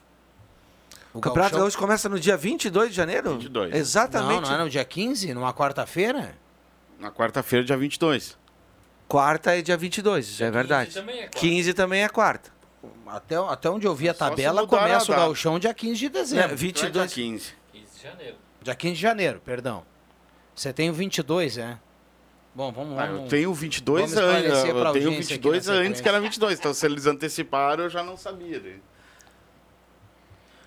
Speaker 6: O Campeonato Gaúcho começa no dia 22 de janeiro?
Speaker 5: 22.
Speaker 6: Exatamente.
Speaker 2: Não é no dia 15? Numa quarta-feira?
Speaker 5: Na quarta-feira, dia 22.
Speaker 6: Quarta é dia 22, é verdade. 15 também é quarta.
Speaker 2: Até onde eu vi a tabela, começa o Gauchão dia 15 de dezembro.
Speaker 6: 22.
Speaker 5: Dia 15.
Speaker 7: 15 de janeiro.
Speaker 2: Dia 15 de janeiro, perdão. Você tem o 22, é? Bom, vamos lá.
Speaker 5: Eu tenho o 22 antes. Eu tenho o 22 antes que era 22. Então, se eles anteciparam, eu já não sabia. Né?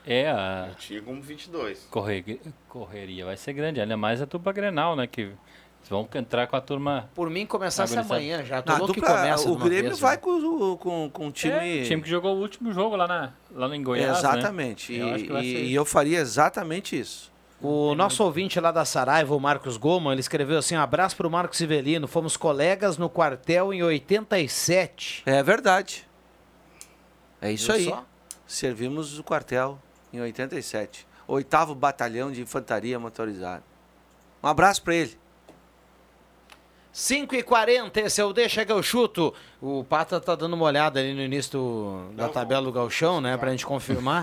Speaker 7: Eu
Speaker 5: tinha como 22.
Speaker 7: Correria vai ser grande. Ainda mais a dupla Grenal, né? Que Vamos entrar com a turma.
Speaker 2: Por mim, começasse amanhã já. Tô louco que
Speaker 6: dupla,
Speaker 2: começa
Speaker 6: o Grêmio
Speaker 2: vez,
Speaker 6: vai
Speaker 2: né?
Speaker 6: com o time...
Speaker 7: O time que jogou o último jogo lá em Goiás,
Speaker 6: exatamente.
Speaker 7: Né?
Speaker 6: E eu faria exatamente isso.
Speaker 2: O nosso ouvinte lá da Saraiva, o Marcos Goman, ele escreveu assim, abraço pro Marcos Civelino, fomos colegas no quartel em 87.
Speaker 6: É verdade. É isso aí.
Speaker 2: Só?
Speaker 6: Servimos o quartel em 87. 8º Batalhão de Infantaria Motorizada. Um abraço para ele.
Speaker 2: 5h40, esse é o Deixa que eu chuto. O Pata tá dando uma olhada ali no início da tabela do Gauchão, né? Pra gente confirmar.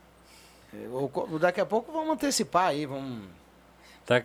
Speaker 2: Daqui a pouco vamos antecipar aí, vamos...
Speaker 7: Tá,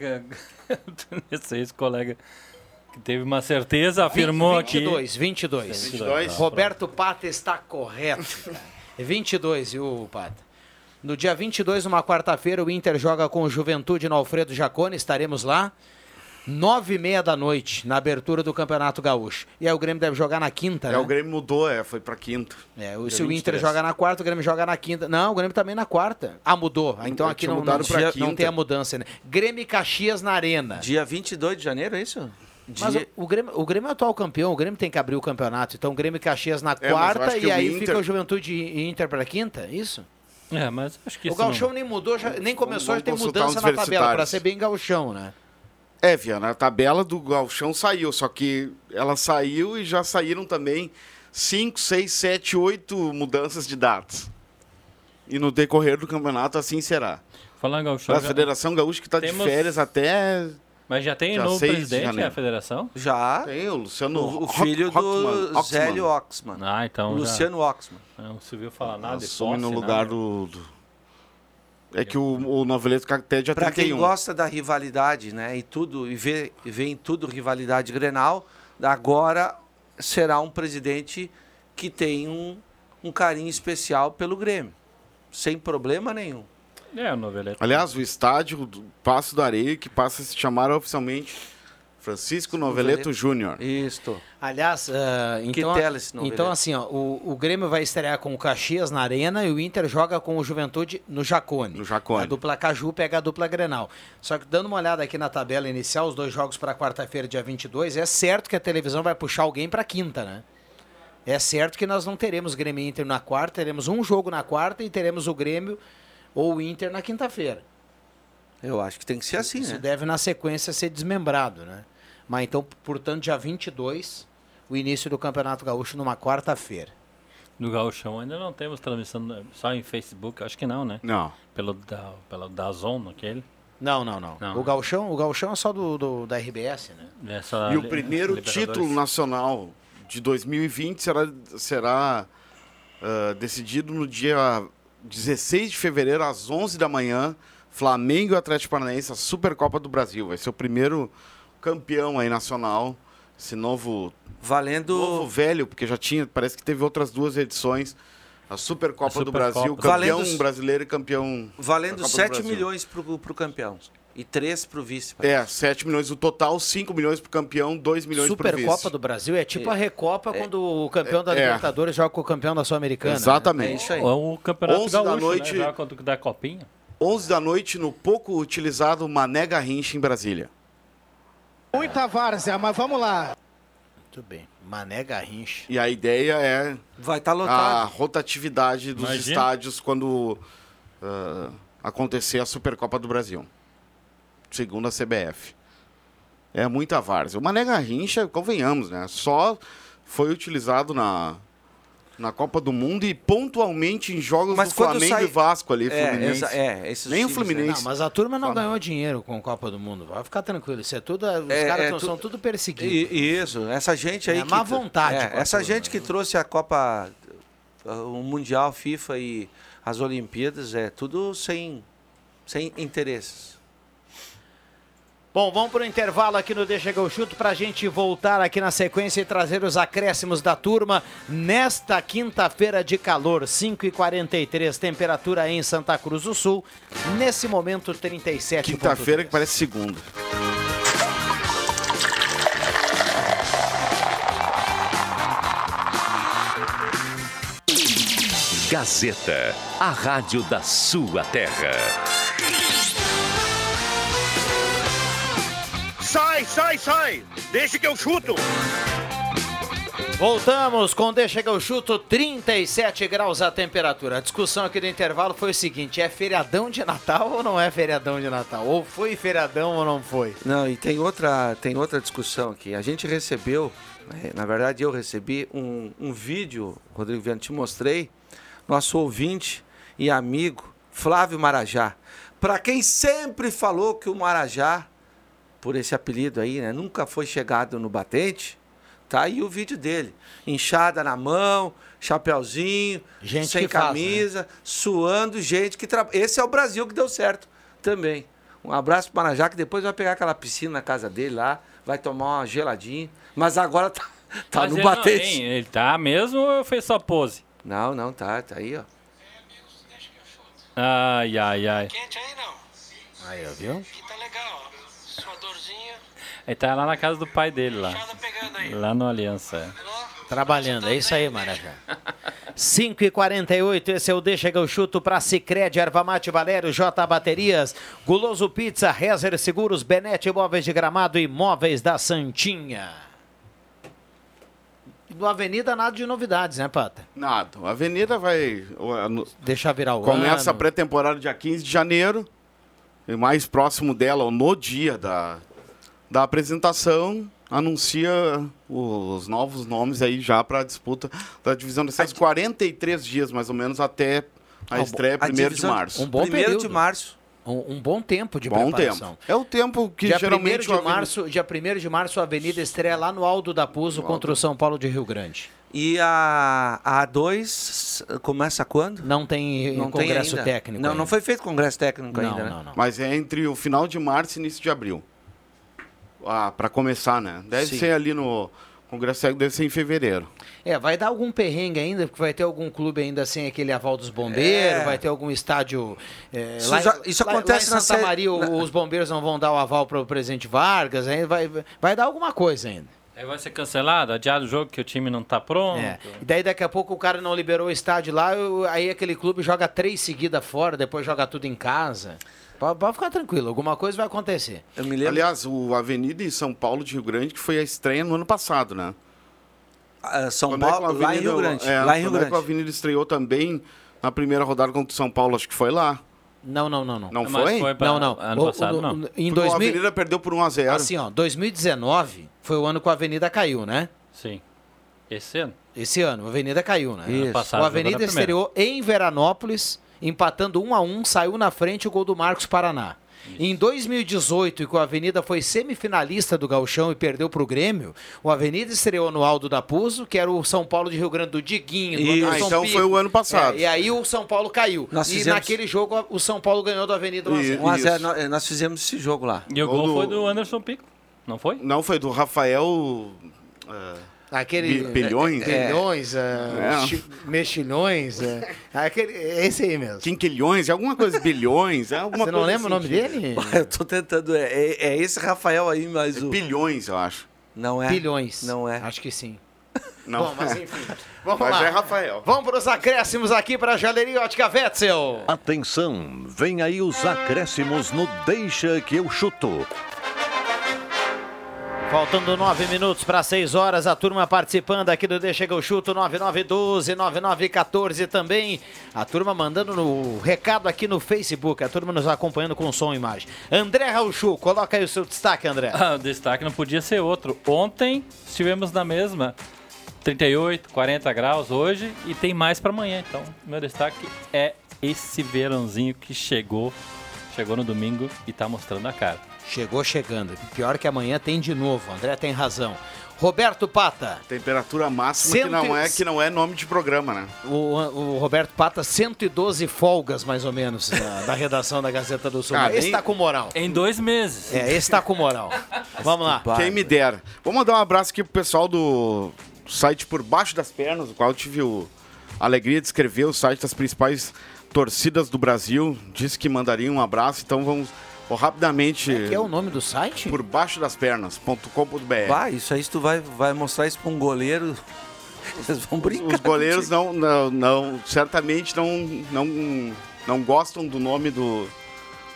Speaker 7: esse colega que teve uma certeza, afirmou
Speaker 2: 22. Roberto Pata está correto. 22, viu, Pata? No dia 22, numa quarta-feira, o Inter joga com o Juventude no Alfredo Jaconi, estaremos lá. 9h30 da noite, na abertura do Campeonato Gaúcho. E aí o Grêmio deve jogar na quinta, né?
Speaker 5: O Grêmio mudou, foi pra quinta.
Speaker 2: Se o Inter joga na quarta, o Grêmio joga na quinta. Não, o Grêmio também na quarta. Ah, mudou. Então aqui não tem a mudança, né? Grêmio e Caxias na Arena.
Speaker 6: Dia 22 de janeiro, é isso?
Speaker 2: Mas o Grêmio é o atual campeão, o Grêmio tem que abrir o campeonato. Então o Grêmio e Caxias na quarta e aí fica o Juventude e Inter pra quinta, isso?
Speaker 7: Mas acho que
Speaker 2: o Gauchão nem mudou, nem começou a ter mudança na tabela, pra ser bem Gauchão, né?
Speaker 5: Viana, a tabela do Gauchão saiu, só que ela saiu e já saíram também 5, 6, 7, 8 mudanças de datas. E no decorrer do campeonato assim será.
Speaker 7: Falando em Gauchão...
Speaker 5: A Federação Gaúcha que está de férias até...
Speaker 7: Mas já tem novo presidente da federação?
Speaker 6: Já.
Speaker 5: Tem o Luciano...
Speaker 6: O filho do Zélio Oxman.
Speaker 7: Então
Speaker 6: Luciano Oxman.
Speaker 7: Não se viu falar nada de
Speaker 5: posse, no lugar do... É que o Noveleto até dia 31.
Speaker 6: Para quem gosta da rivalidade, né, e vê em tudo rivalidade Grenal, agora será um presidente que tem um carinho especial pelo Grêmio, sem problema nenhum.
Speaker 7: O Noveleto.
Speaker 5: Aliás, o estádio do Passo da Areia, que passa a se chamar oficialmente Francisco Noveleto Júnior.
Speaker 6: Isso.
Speaker 2: Aliás, então assim, ó, o Grêmio vai estrear com o Caxias na Arena e o Inter joga com o Juventude no Jaconi. A dupla Caju pega a dupla Grenal. Só que dando uma olhada aqui na tabela inicial, os dois jogos para quarta-feira, dia 22, é certo que a televisão vai puxar alguém para quinta, né? É certo que nós não teremos Grêmio e Inter na quarta, teremos um jogo na quarta e teremos o Grêmio ou o Inter na quinta-feira.
Speaker 6: Eu acho que tem que ser assim, né?
Speaker 2: Isso deve, na sequência, ser desmembrado, né? Mas então, portanto, dia 22, o início do Campeonato Gaúcho numa quarta-feira.
Speaker 7: No Gaúchão ainda não temos transmissão só em Facebook, acho que não, né?
Speaker 5: Não.
Speaker 7: Pelo DAZN, aquele?
Speaker 2: Não. O Gaúchão é só da RBS, né?
Speaker 5: E o primeiro título nacional de 2020 será decidido no dia 16 de fevereiro, às 11 da manhã, Flamengo e Atlético Paranaense, a Supercopa do Brasil. Vai ser o primeiro campeão aí nacional, esse novo velho, porque já tinha, parece que teve outras 2 edições, a Supercopa do Brasil, campeão brasileiro e campeão...
Speaker 6: Valendo 7 milhões pro campeão e 3 pro vice.
Speaker 5: 7 milhões no total, 5 milhões pro campeão, 2 milhões pro vice.
Speaker 2: Supercopa do Brasil é tipo a Recopa quando o campeão da Libertadores joga com o campeão da Sul-Americana.
Speaker 5: Exatamente.
Speaker 2: Né? É isso aí.
Speaker 7: O Campeonato
Speaker 5: 11
Speaker 7: Gaúcho,
Speaker 5: da noite,
Speaker 7: né? Joga contra o da Copinha.
Speaker 5: 11 da noite no pouco utilizado Mané Garrincha em Brasília.
Speaker 11: Muita várzea, mas vamos lá.
Speaker 2: Muito bem. Mané Garrincha.
Speaker 5: E a ideia é...
Speaker 6: Vai estar lotado.
Speaker 5: A rotatividade dos estádios quando acontecer a Supercopa do Brasil. Segundo a CBF. É muita várzea. O Mané Garrincha, convenhamos, né? Só foi utilizado na Copa do Mundo e pontualmente em jogos do Flamengo e Vasco ali, Fluminense. Nem o Fluminense.
Speaker 2: Não, mas a turma não ganhou dinheiro com a Copa do Mundo. Vai ficar tranquilo. Isso é tudo. Os caras são tudo perseguidos.
Speaker 6: Isso. Essa gente aí.
Speaker 2: Má vontade.
Speaker 6: Essa gente que trouxe a Copa, o Mundial, FIFA e as Olimpíadas, é tudo sem interesses.
Speaker 2: Bom, vamos para o intervalo aqui no Deixa que eu chuto para a gente voltar aqui na sequência e trazer os acréscimos da turma nesta quinta-feira de calor, 5h43, temperatura em Santa Cruz do Sul, nesse momento 37.
Speaker 5: Quinta-feira que parece segunda.
Speaker 12: Gazeta, a rádio da sua terra.
Speaker 11: Sai
Speaker 13: Sai! Deixa que eu chuto!
Speaker 2: Voltamos com Deixa que eu chuto, 37 graus a temperatura. A discussão aqui do intervalo foi o seguinte, é feriadão de Natal ou não é feriadão de Natal? Ou foi feriadão ou não foi?
Speaker 6: Não, e tem outra discussão aqui. A gente recebeu, na verdade eu recebi um vídeo, Rodrigo Viana, te mostrei, nosso ouvinte e amigo Flávio Marajá. Para quem sempre falou que o Marajá, por esse apelido aí, né, nunca foi chegado no batente, tá aí o vídeo dele. Inchada na mão, chapeuzinho,
Speaker 2: gente
Speaker 6: sem camisa,
Speaker 2: faz, né?
Speaker 6: suando, gente que trabalha. Esse é o Brasil que deu certo também. Um abraço para o Marajá, que depois vai pegar aquela piscina na casa dele lá, vai tomar uma geladinha, mas agora tá no batente.
Speaker 7: Não, ele tá mesmo ou fez só pose?
Speaker 6: Não, tá aí, ó.
Speaker 7: Ai.
Speaker 14: Quente aí, não?
Speaker 2: Aí, ó, viu?
Speaker 14: Aqui tá legal, ó. Sua dorzinha.
Speaker 7: Ele tá lá na casa do pai dele, lá. Lá no Aliança.
Speaker 2: Trabalhando, é isso aí, Marajá. 5h48, esse é o Deixa que eu chuto para Sicredi, Erva Mate Valério, J Baterias, Guloso Pizza, Rezer Seguros, Benete Imóveis de Gramado e Imóveis da Santinha. No Avenida nada de novidades, né, Pata?
Speaker 5: Nada. A Avenida vai...
Speaker 2: Deixar virar o
Speaker 5: Começa
Speaker 2: ano.
Speaker 5: a pré-temporada dia 15 de janeiro. E mais próximo dela, no dia da apresentação, anuncia os novos nomes aí já para a disputa da divisão de acesso. 43 dias, mais ou menos, até a estreia 1º de março.
Speaker 2: Um bom
Speaker 6: 1º de março.
Speaker 2: Um bom tempo de
Speaker 5: bom
Speaker 2: preparação.
Speaker 5: Tempo. É o tempo que
Speaker 2: dia
Speaker 5: geralmente...
Speaker 2: Dia 1º de março, a Avenida estreia lá no Aldo da Puzo contra o São Paulo de Rio Grande.
Speaker 6: E a A2 começa quando?
Speaker 2: Não tem congresso técnico.
Speaker 6: Não foi feito congresso técnico ainda, né?
Speaker 2: Não.
Speaker 5: Mas é entre o final de março e início de abril. Para começar, né? Deve ser ali no... Congresso técnico deve ser em fevereiro.
Speaker 2: Vai dar algum perrengue ainda, porque vai ter algum clube ainda sem aquele aval dos bombeiros, vai ter algum estádio...
Speaker 6: Isso acontece
Speaker 2: lá em Santa Maria, os bombeiros não vão dar o aval para o presidente Vargas, ainda vai dar alguma coisa ainda.
Speaker 7: Aí vai ser cancelado, adiado o jogo que o time não tá pronto.
Speaker 2: E daí daqui a pouco o cara não liberou o estádio lá, aí aquele clube joga 3 seguidas fora, depois joga tudo em casa. Pode ficar tranquilo, alguma coisa vai acontecer.
Speaker 6: Eu me lembro...
Speaker 5: Aliás, o Avenida em São Paulo de Rio Grande, que foi a estreia no ano passado, né?
Speaker 6: São Paulo, lá em Rio Grande. Lá em Rio Grande.
Speaker 5: A Avenida estreou também na primeira rodada contra o São Paulo, acho que foi lá.
Speaker 2: Não.
Speaker 5: Não foi?
Speaker 2: Não.
Speaker 5: Ano
Speaker 2: passado,
Speaker 5: não. A Avenida perdeu por 1-0.
Speaker 2: Assim, 2019 foi o ano que a Avenida caiu, né?
Speaker 7: Sim. Esse ano?
Speaker 2: Esse ano, a Avenida caiu, né?
Speaker 7: Ano passado,
Speaker 2: o Avenida estreou em Veranópolis, empatando 1-1, saiu na frente o gol do Marcos Paraná. Isso. Em 2018, que o Avenida foi semifinalista do Gauchão e perdeu para o Grêmio, o Avenida estreou no Aldo da Puzo, que era o São Paulo de Rio Grande do Diguinho. Do
Speaker 5: então
Speaker 2: Pico.
Speaker 5: Foi o ano passado.
Speaker 2: E aí o São Paulo caiu. Naquele jogo o São Paulo ganhou do Avenida
Speaker 6: 1-0. Nós fizemos esse jogo lá.
Speaker 7: E o gol foi do Anderson Pico, não foi?
Speaker 5: Não, foi do Rafael...
Speaker 2: Aquele...
Speaker 5: Bilhões?
Speaker 2: Bilhões, mexilhões, esse aí mesmo.
Speaker 5: Quinquilhões, alguma coisa, bilhões, alguma
Speaker 2: Você
Speaker 5: coisa
Speaker 2: não lembra o nome dele?
Speaker 6: Eu tô tentando, é esse Rafael aí, mas o...
Speaker 5: Bilhões, eu acho.
Speaker 6: Não é?
Speaker 2: Bilhões.
Speaker 6: Não é.
Speaker 2: Acho que sim.
Speaker 5: Não.
Speaker 2: Bom, mas enfim. Vamos
Speaker 5: mas
Speaker 2: lá.
Speaker 5: É Rafael.
Speaker 2: Vamos para os acréscimos aqui para a Joalheria Ótica Wetzel.
Speaker 12: Atenção, vem aí os acréscimos no Deixa que eu chuto.
Speaker 2: Faltando 9 minutos para 6 horas, a turma participando aqui do Deixa que eu chuto, 9912-9914 também. A turma mandando no recado aqui no Facebook, a turma nos acompanhando com som e imagem. André Rauchu, coloca aí o seu destaque, André.
Speaker 7: O destaque não podia ser outro. Ontem estivemos na mesma, 38, 40 graus hoje e tem mais para amanhã. Então, meu destaque é esse verãozinho que chegou no domingo e tá mostrando a cara.
Speaker 2: Chegou chegando. Pior que amanhã tem de novo. André tem razão. Roberto Pata.
Speaker 5: Temperatura máxima que não é nome de programa, né?
Speaker 2: O Roberto Pata, 112 folgas, mais ou menos, da redação da Gazeta do Sul. Esse tá com moral.
Speaker 7: Em 2 meses.
Speaker 2: Esse tá com moral. Vamos lá.
Speaker 5: Quem me dera. Vou mandar um abraço aqui pro pessoal do site Por Baixo das Pernas, o qual eu tive a alegria de escrever, o site das principais torcidas do Brasil. Disse que mandaria um abraço, então vamos... rapidamente...
Speaker 2: que é o nome do site?
Speaker 5: Por baixo das pernas.com.br.
Speaker 6: Isso aí, se tu vai mostrar isso para um goleiro, eles vão brincar.
Speaker 5: Os goleiros não certamente não gostam do nome do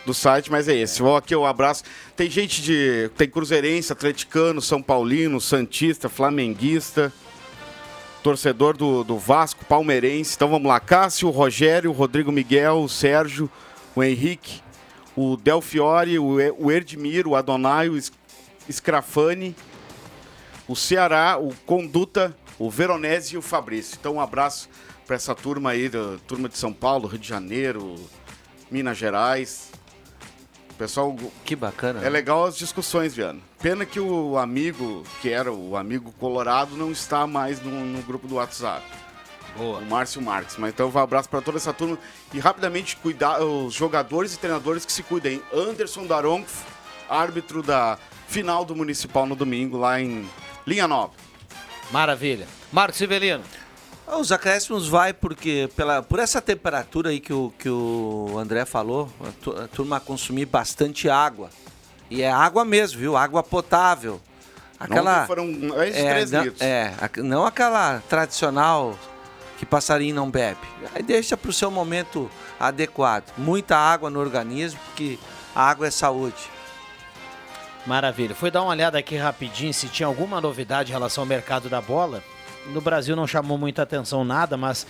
Speaker 5: do site, mas é esse. Aqui o abraço. Tem gente tem cruzeirense, atleticano, São Paulino, santista, flamenguista, torcedor do Vasco, palmeirense. Então vamos lá. Cássio, Rogério, Rodrigo Miguel, o Sérgio, o Henrique, o Del Fiore, o Erdmir, o Adonai, o Scrafani, o Ceará, o Conduta, o Veronese e o Fabrício. Então um abraço para essa turma aí, turma de São Paulo, Rio de Janeiro, Minas Gerais. Pessoal,
Speaker 6: que bacana.
Speaker 5: É legal as discussões, Viana. Pena que o amigo, que era o amigo colorado, não está mais no grupo do WhatsApp. Boa. O Márcio Marques. Mas então um abraço para toda essa turma. E rapidamente cuidar os jogadores e treinadores que se cuidem. Anderson Daronco, árbitro da final do Municipal no domingo, lá em Linha Nova.
Speaker 2: Maravilha. Marcos Civelino.
Speaker 6: Os acréscimos vai porque por essa temperatura aí que o André falou, a turma consumir bastante água. E é água mesmo, viu? Água potável. Aquela,
Speaker 5: não foram 3 litros.
Speaker 6: Não aquela tradicional que passarinho não bebe. Aí deixa para o seu momento adequado. Muita água no organismo, porque a água é saúde.
Speaker 2: Maravilha. Fui dar uma olhada aqui rapidinho se tinha alguma novidade em relação ao mercado da bola. No Brasil não chamou muita atenção nada, mas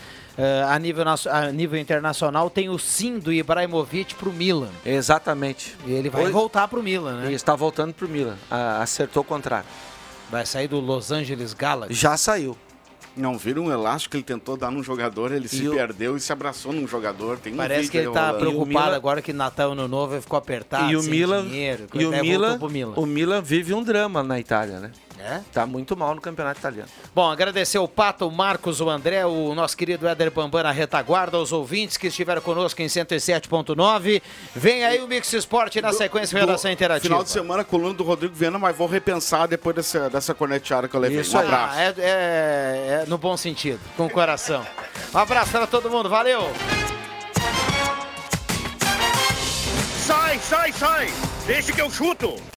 Speaker 2: a nível internacional tem o sim do Ibrahimovic para o Milan.
Speaker 6: Exatamente.
Speaker 2: E ele vai voltar para o Milan, né?
Speaker 6: Ele está voltando para o Milan. Acertou o contrato.
Speaker 2: Vai sair do Los Angeles Galaxy.
Speaker 6: Já saiu.
Speaker 5: Não, viram um elástico que ele tentou dar num jogador, ele se perdeu e se abraçou num jogador. Tem
Speaker 2: Parece que ele está preocupado agora que Natal Ano Novo ele ficou apertado,
Speaker 6: e o
Speaker 2: sem
Speaker 6: Milan,
Speaker 2: dinheiro.
Speaker 6: E o Milan vive um drama na Itália, né? Tá muito mal no campeonato italiano.
Speaker 2: Bom, agradecer o Pato, o Marcos, o André, o nosso querido Éder Bambam na retaguarda, os ouvintes que estiveram conosco em 107.9. Vem aí o Mix Esporte na sequência Redação Interativa.
Speaker 5: Final de semana, coluna do Rodrigo Viana, mas vou repensar depois dessa corneteada que eu levei.
Speaker 2: Isso
Speaker 5: um abraço.
Speaker 2: É no bom sentido, com o coração. Um abraço para todo mundo, valeu!
Speaker 13: Sai! Deixa que eu chuto!